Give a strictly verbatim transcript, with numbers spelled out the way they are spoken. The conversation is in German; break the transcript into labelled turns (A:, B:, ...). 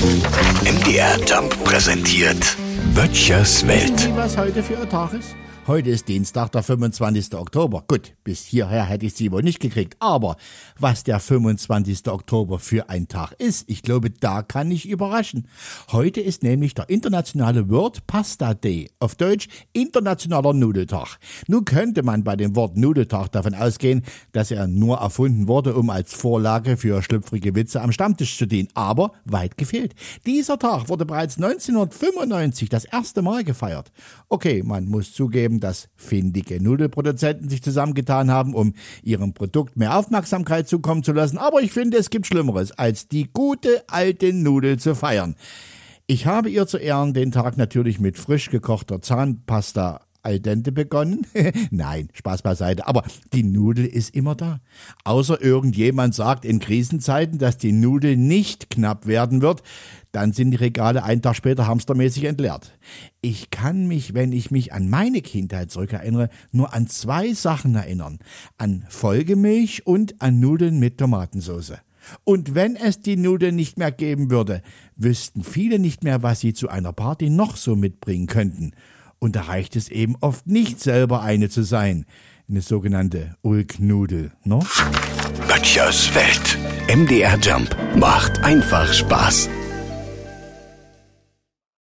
A: M D R Jump präsentiert Böttchers Welt.
B: Wissen Sie, was heute für ein Tag ist? Heute ist Dienstag, der fünfundzwanzigster Oktober. Gut, bis hierher hätte ich Sie wohl nicht gekriegt. Aber was der fünfundzwanzigster Oktober für ein Tag ist, ich glaube, da kann ich überraschen. Heute ist nämlich der internationale World Pasta Day. Auf Deutsch Internationaler Nudeltag. Nun könnte man bei dem Wort Nudeltag davon ausgehen, dass er nur erfunden wurde, um als Vorlage für schlüpfrige Witze am Stammtisch zu dienen. Aber weit gefehlt. Dieser Tag wurde bereits neunzehnhundertfünfundneunzig das erste Mal gefeiert. Okay, man muss zugeben, dass findige Nudelproduzenten sich zusammengetan haben, um ihrem Produkt mehr Aufmerksamkeit zukommen zu lassen. Aber ich finde, es gibt Schlimmeres, als die gute alte Nudel zu feiern. Ich habe ihr zu Ehren den Tag natürlich mit frisch gekochter Zahnpasta al dente begonnen. Nein, Spaß beiseite, aber die Nudel ist immer da. Außer irgendjemand sagt in Krisenzeiten, dass die Nudel nicht knapp werden wird, dann sind die Regale einen Tag später hamstermäßig entleert. Ich kann mich, wenn ich mich an meine Kindheit zurückerinnere, nur an zwei Sachen erinnern. An Vollmilch und an Nudeln mit Tomatensauce. Und wenn es die Nudeln nicht mehr geben würde, wüssten viele nicht mehr, was sie zu einer Party noch so mitbringen könnten. Und da reicht es eben oft nicht, selber eine zu sein. Eine sogenannte Ulknudel, no?
A: Böttchers Welt. M D R Jump macht einfach Spaß.